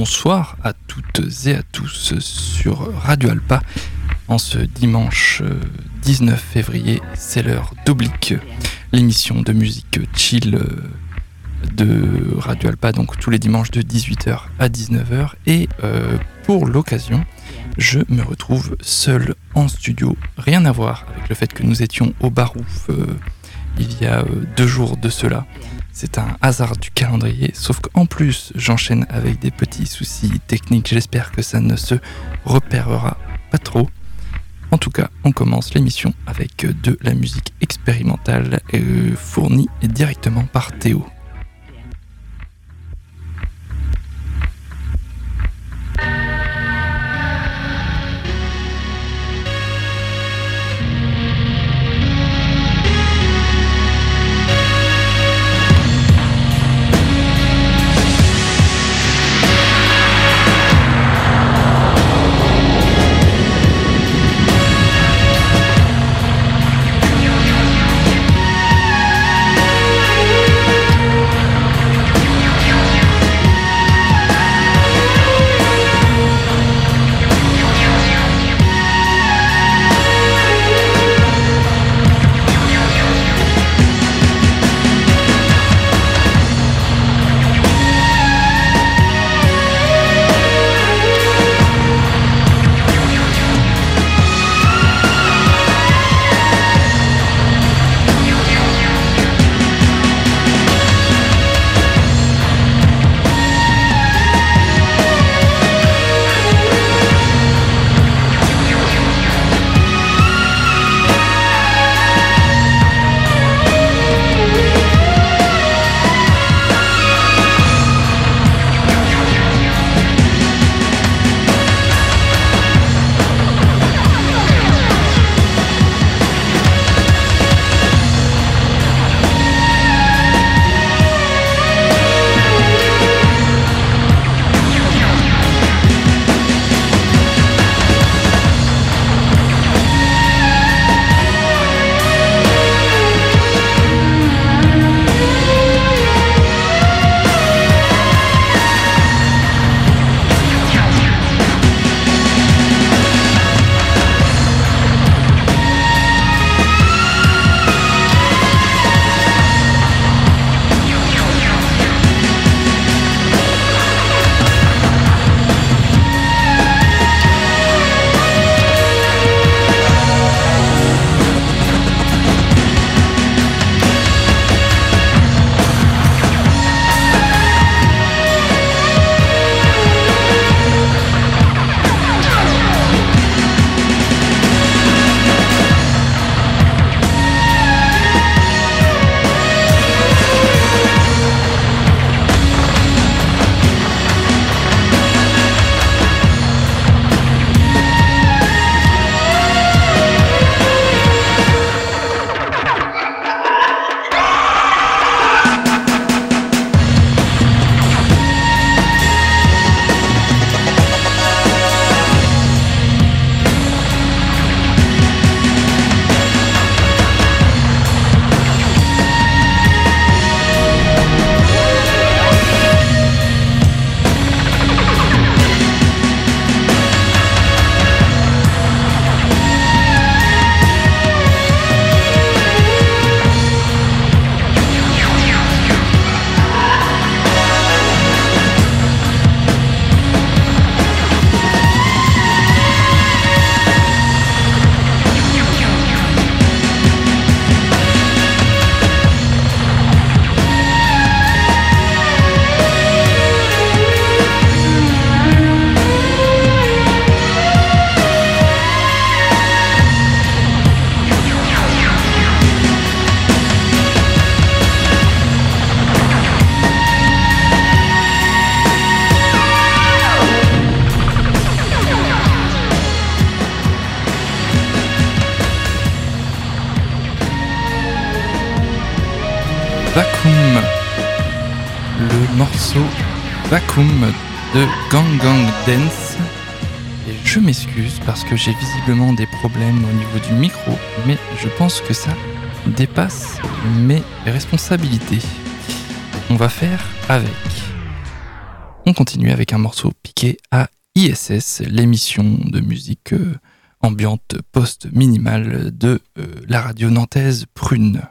bonsoir à toutes et à tous sur Radio Alpa. En ce dimanche 19 février, c'est l'heure d'Oblique, l'émission de musique chill de Radio Alpa, donc tous les dimanches de 18h à 19h. Et pour l'occasion, je me retrouve seul en studio. Rien à voir avec le fait que nous étions au Barouf il y a 2 jours de cela. C'est un hasard du calendrier, sauf qu'en plus j'enchaîne avec des petits soucis techniques. J'espère que ça ne se repérera pas trop. En tout cas, on commence l'émission avec de la musique expérimentale fournie directement par Théo. Vacuum, le morceau Vacuum de Gang Gang Dance. Et je m'excuse parce que j'ai visiblement des problèmes au niveau du micro, mais je pense que ça dépasse mes responsabilités. On va faire avec. On on continue avec un morceau piqué à ISS, l'émission de musique ambiante post-minimale de la radio nantaise Prune.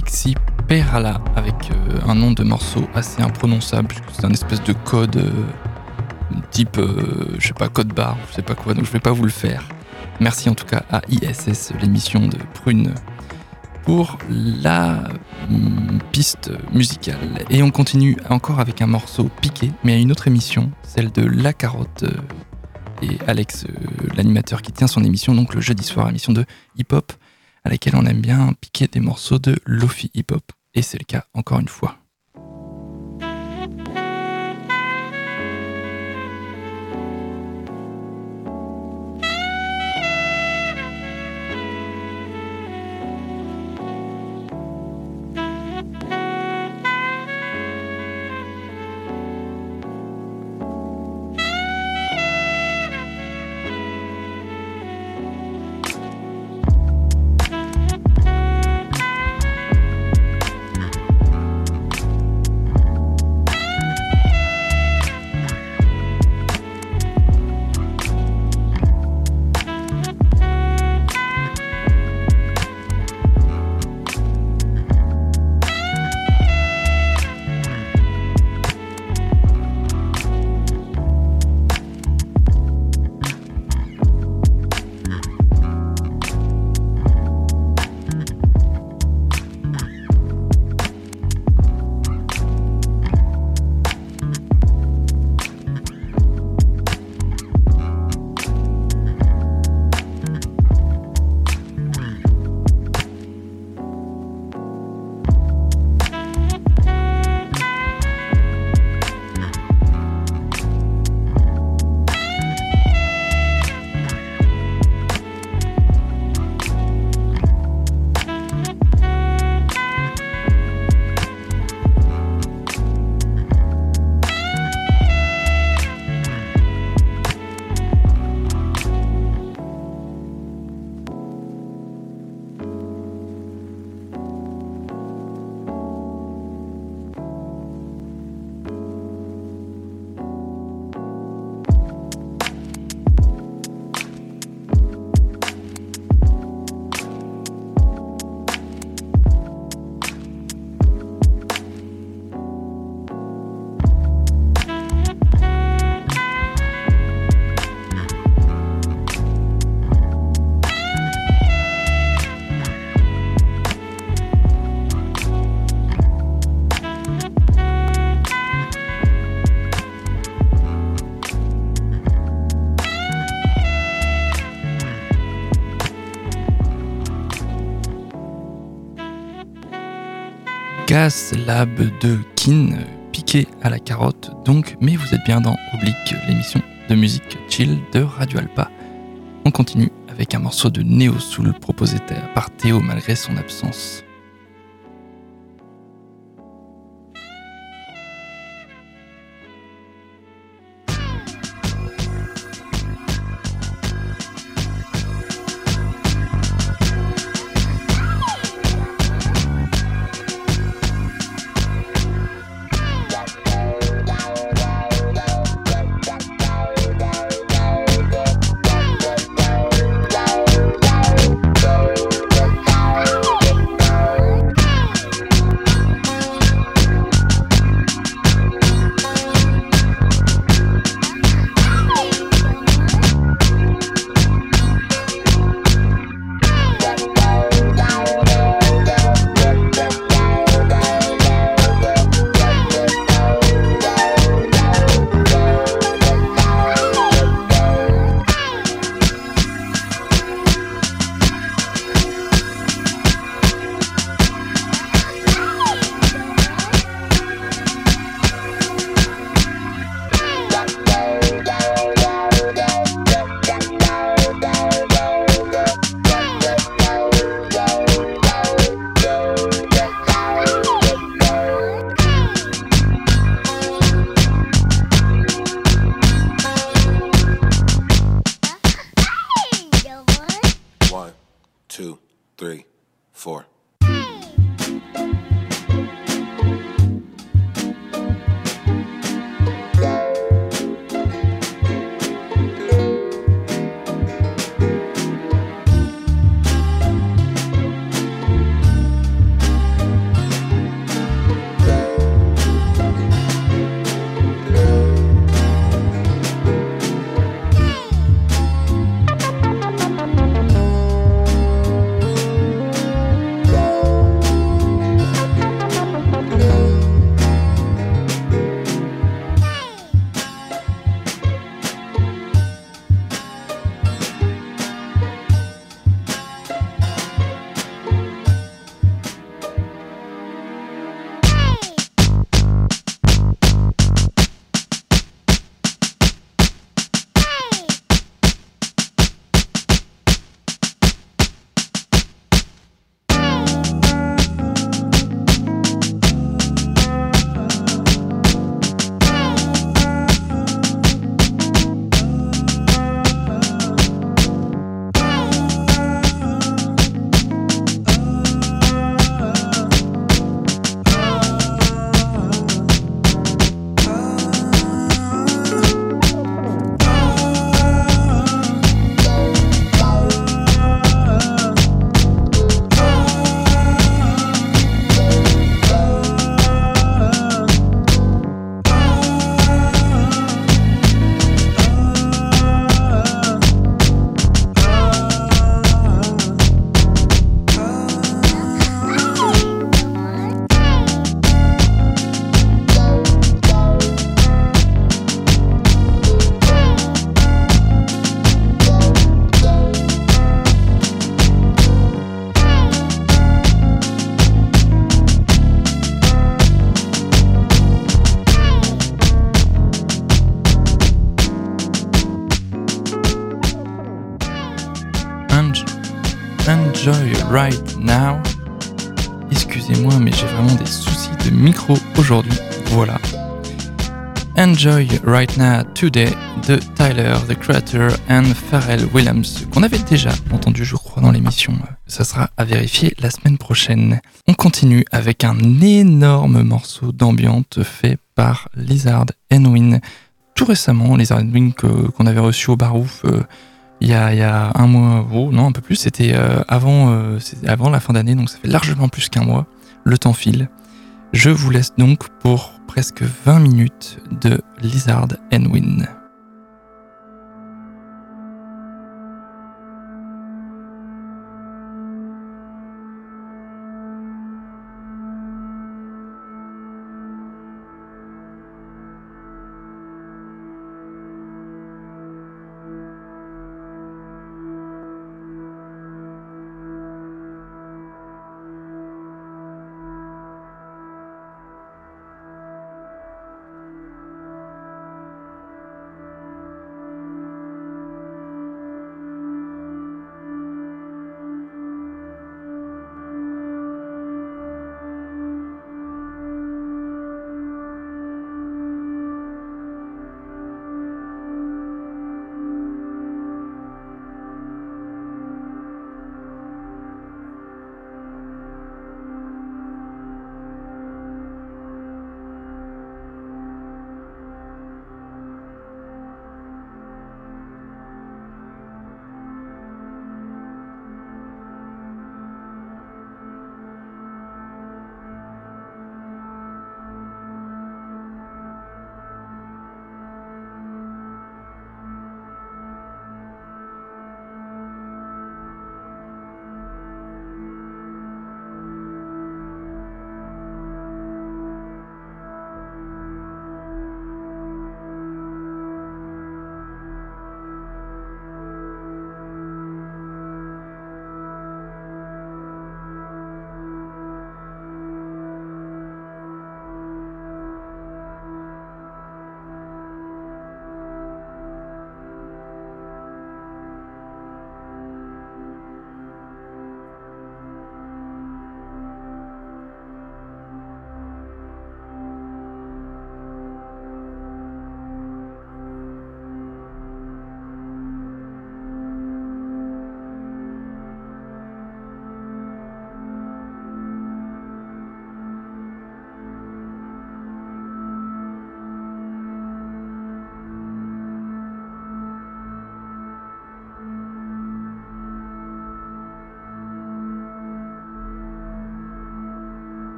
Alexis Perala avec un nom de morceau assez imprononçable, puisque c'est un espèce de code type, je sais pas, code barre, je sais pas quoi, donc je vais pas vous le faire. Merci en tout cas à ISS, l'émission de Prune, pour la piste musicale. Et on continue encore avec un morceau piqué, mais à une autre émission, celle de La Carotte, et Alex, l'animateur qui tient son émission, donc le jeudi soir, émission de hip-hop, à laquelle on aime bien piquer des morceaux de Lofi hip-hop. Et c'est le cas encore une fois. Gas Lab de Kin, piqué à la carotte donc, mais vous êtes bien dans Oblique, l'émission de musique chill de Radio Alpa. On continue avec un morceau de Néo Soul proposé par Théo malgré son absence. Right Now. Excusez-moi, mais j'ai vraiment des soucis de micro aujourd'hui. Voilà. Enjoy Right Now Today de Tyler, The Creator and Pharrell Williams, qu'on avait déjà entendu, je crois, dans l'émission. Ça sera à vérifier la semaine prochaine. On continue avec un énorme morceau d'ambiance fait par Lizard & Wynne. Tout récemment, Lizard & Wynne qu'on avait reçu au Barouf il y a un mois, non, un peu plus, c'était avant la fin d'année, donc ça fait largement plus qu'un mois. Le temps file. Je vous laisse donc pour presque 20 minutes de Lizard & Wynne.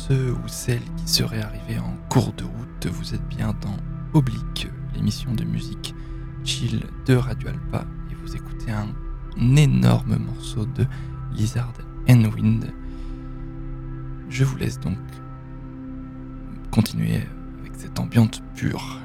ceux ou celles qui seraient arrivés en cours de route, vous êtes bien dans Oblique, l'émission de musique chill de Radio Alpa, et vous écoutez un énorme morceau de Lizard and Wind. Je vous laisse donc continuer avec cette ambiance pure.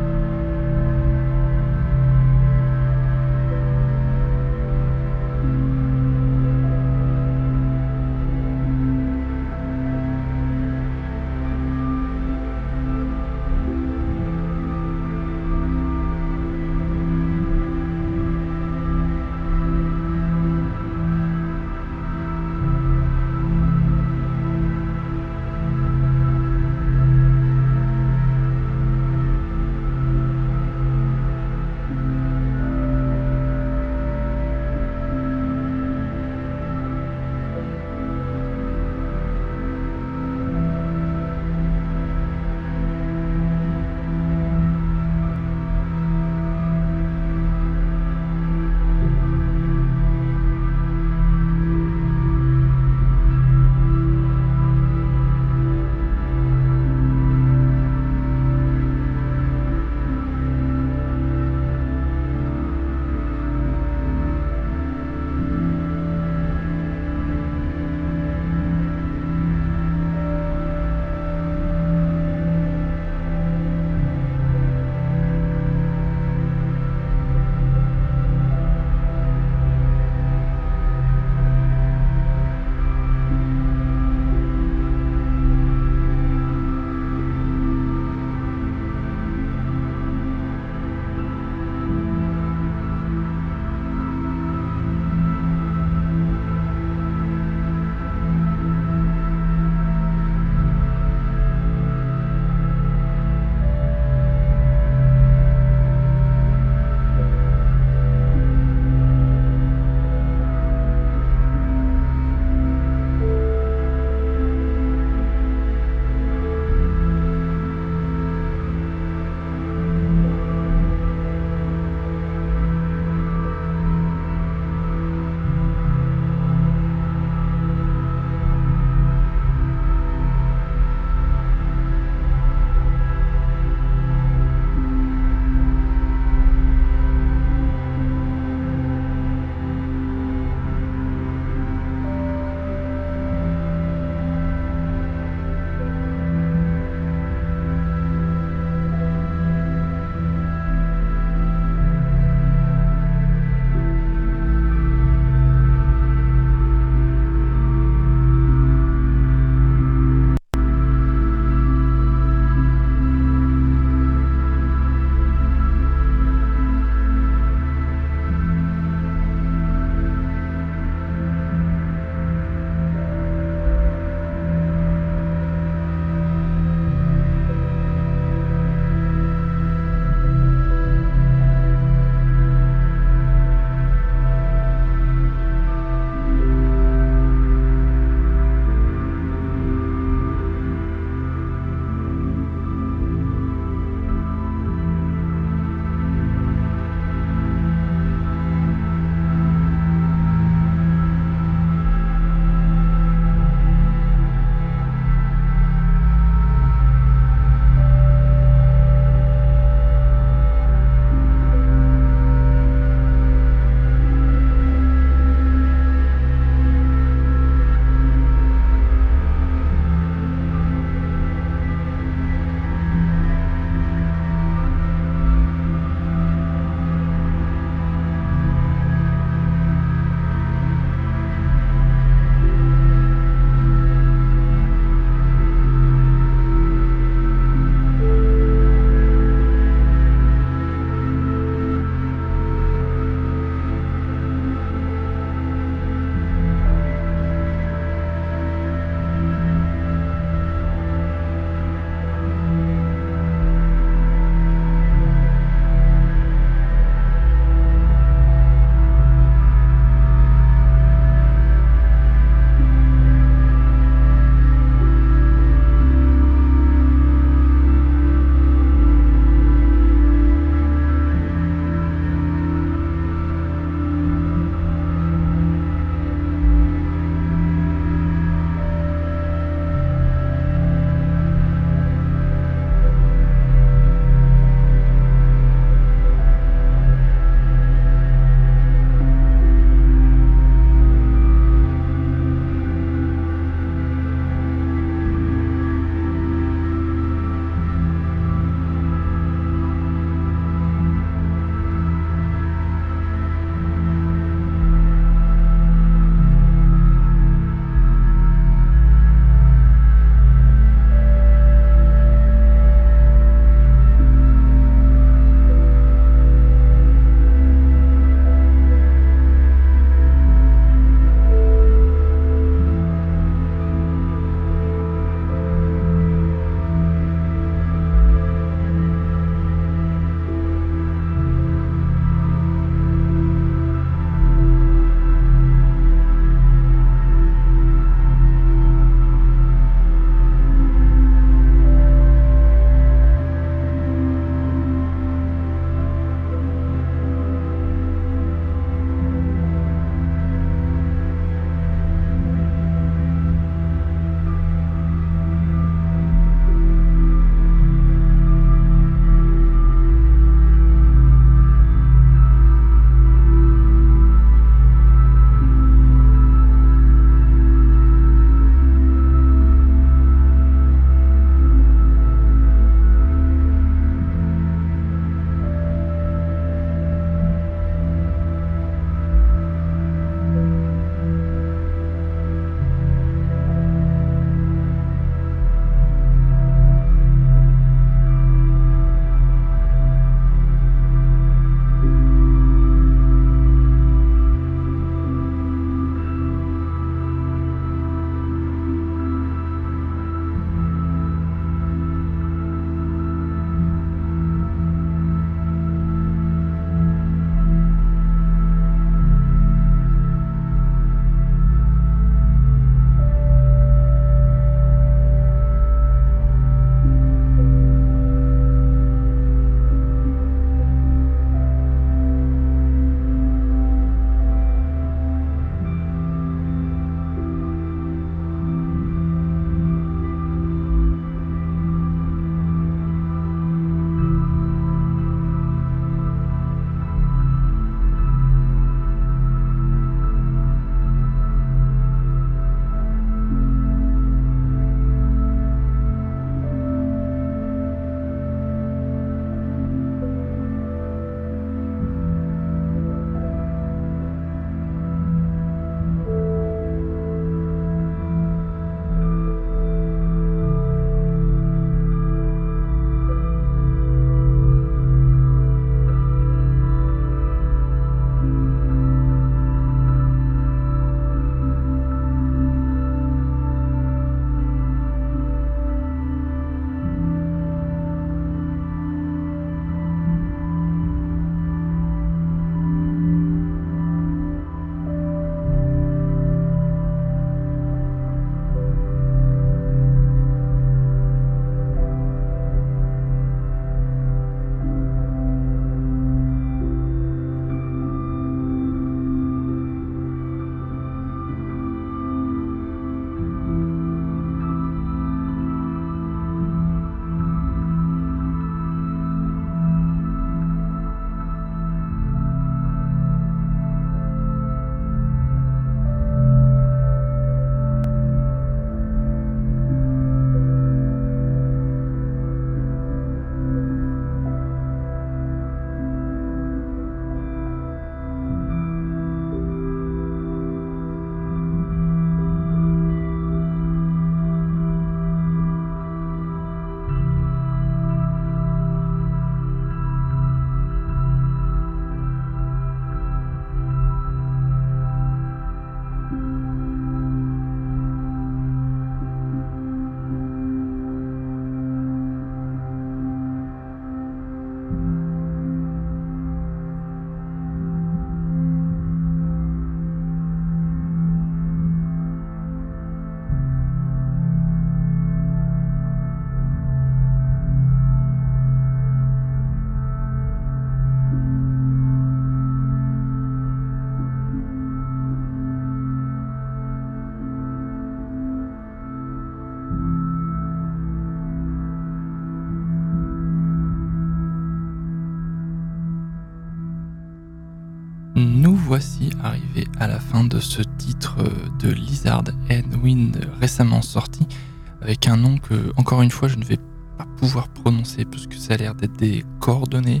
voici arrivés à la fin de ce titre de Lizard and Wind récemment sorti, avec un nom que, encore une fois, je ne vais pas pouvoir prononcer parce que ça a l'air d'être des coordonnées.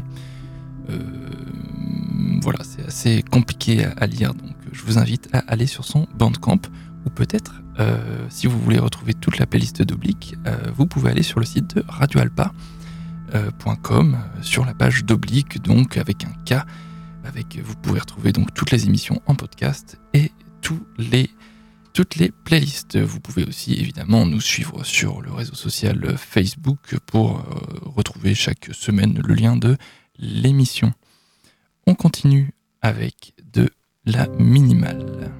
Voilà, c'est assez compliqué à lire, donc je vous invite à aller sur son Bandcamp, ou peut-être, si vous voulez retrouver toute la playlist d'Oblique, vous pouvez aller sur le site de radioalpa.com, sur la page d'Oblique, donc avec un K. Vous pouvez retrouver donc toutes les émissions en podcast et toutes les playlists. Vous pouvez aussi évidemment nous suivre sur le réseau social Facebook pour retrouver chaque semaine le lien de l'émission. On continue avec de la minimale.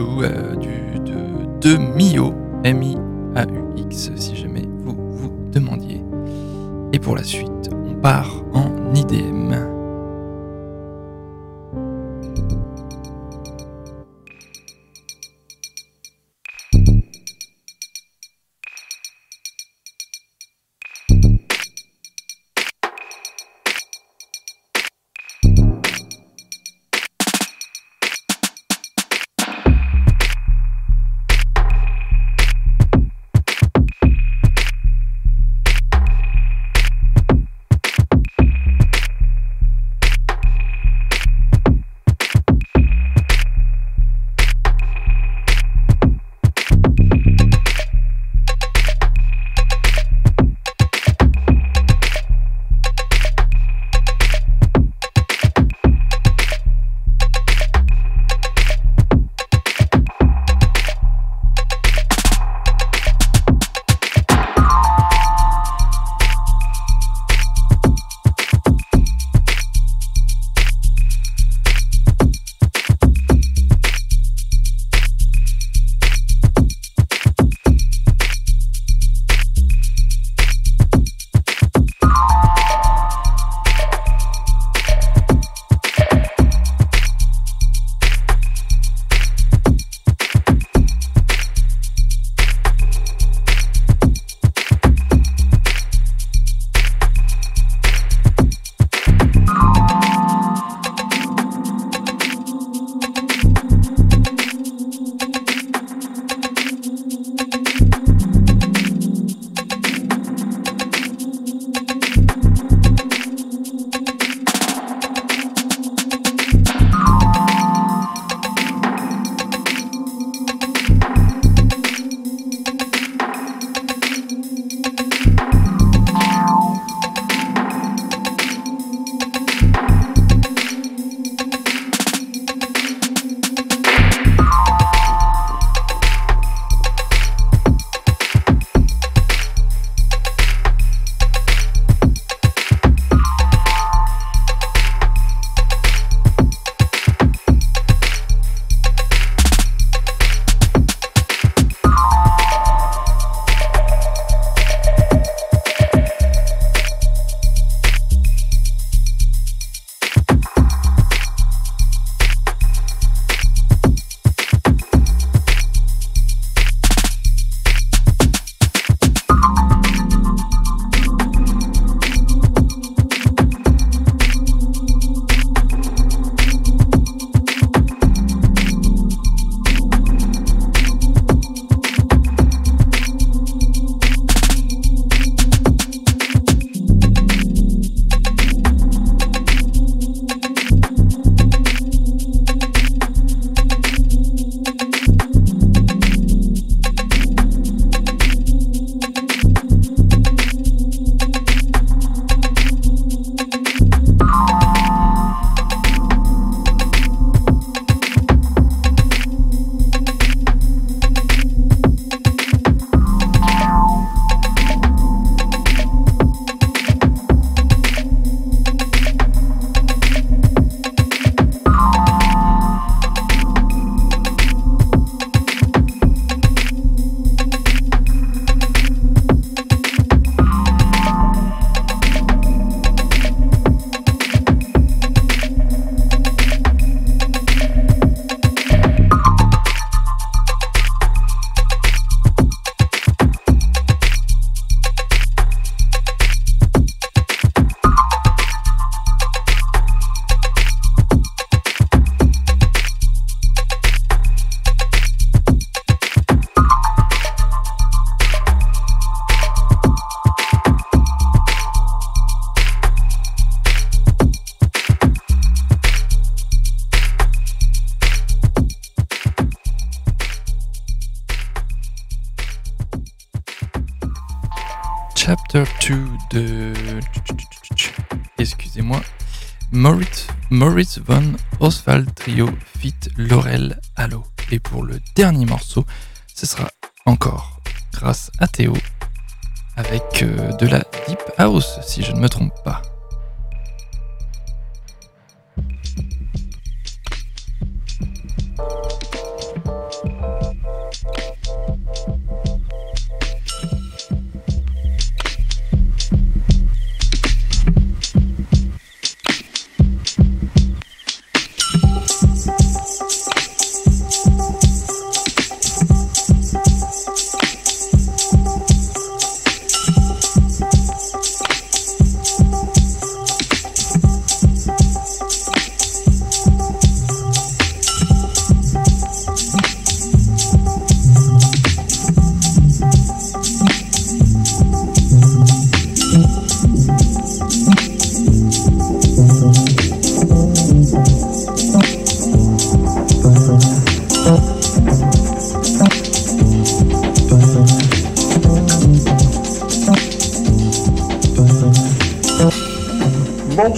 Blue de Mio, M-I-A-U-X, si jamais vous vous demandiez. Et pour la suite, on part en IDM. Chapter 2 de... Excusez-moi. Moritz von Oswald Trio feat. Laurel Allo. Et pour le dernier morceau, ce sera encore grâce à Théo avec de la Deep House, si je ne me trompe pas.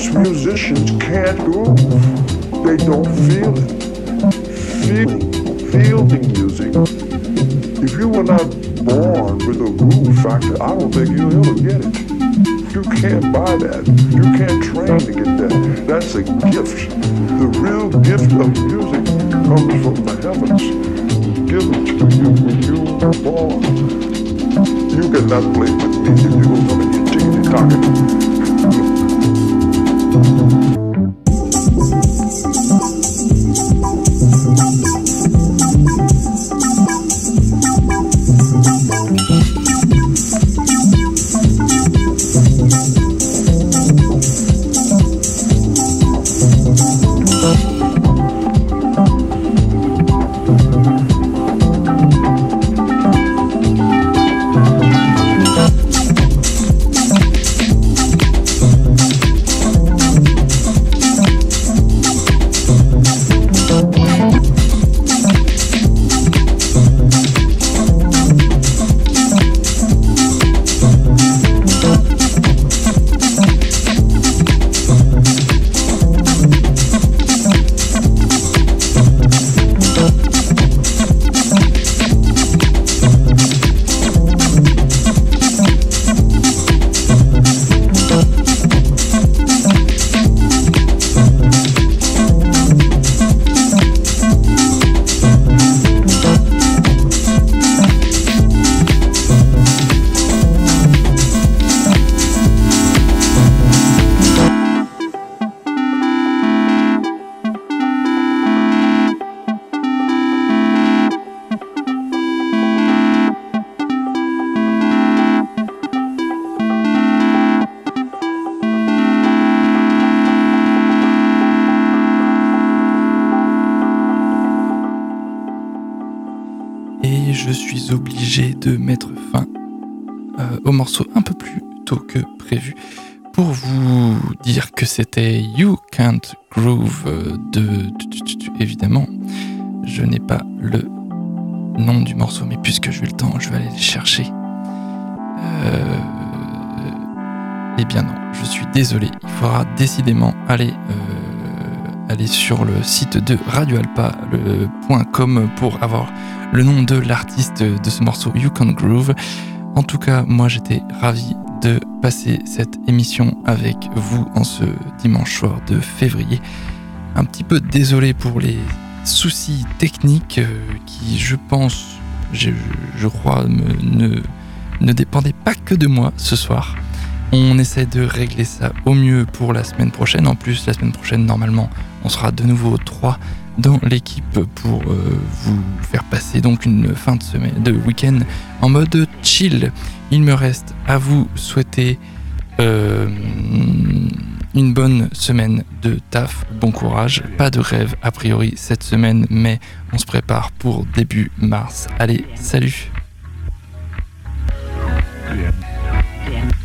Most musicians can't groove. They don't feel it. Feel the music. If you were not born with a groove factor, I don't think you'll ever get it. You can't buy that. You can't train to get that. That's a gift. The real gift of music comes from the heavens, given to you when you were born. You cannot play with me if you go come in your chicken pocket. Obligé de mettre fin au morceau un peu plus tôt que prévu pour vous dire que c'était You Can't Groove évidemment je n'ai pas le nom du morceau mais puisque j'ai le temps je vais aller le chercher eh bien non je suis désolé il faudra décidément aller sur le site de radioalpa.com pour avoir le nom de l'artiste de ce morceau You Can't Groove. En tout cas, moi j'étais ravi de passer cette émission avec vous en ce dimanche soir de février. Un petit peu désolé pour les soucis techniques qui, je pense, je crois, ne dépendaient pas que de moi ce soir. On essaie de régler ça au mieux pour la semaine prochaine. En plus, la semaine prochaine, normalement, on sera de nouveau 3 dans l'équipe pour vous faire passer donc une fin de semaine, de week-end en mode chill. Il me reste à vous souhaiter une bonne semaine de taf, bon courage, pas de rêve a priori cette semaine, mais on se prépare pour début mars. Allez, salut! Yeah.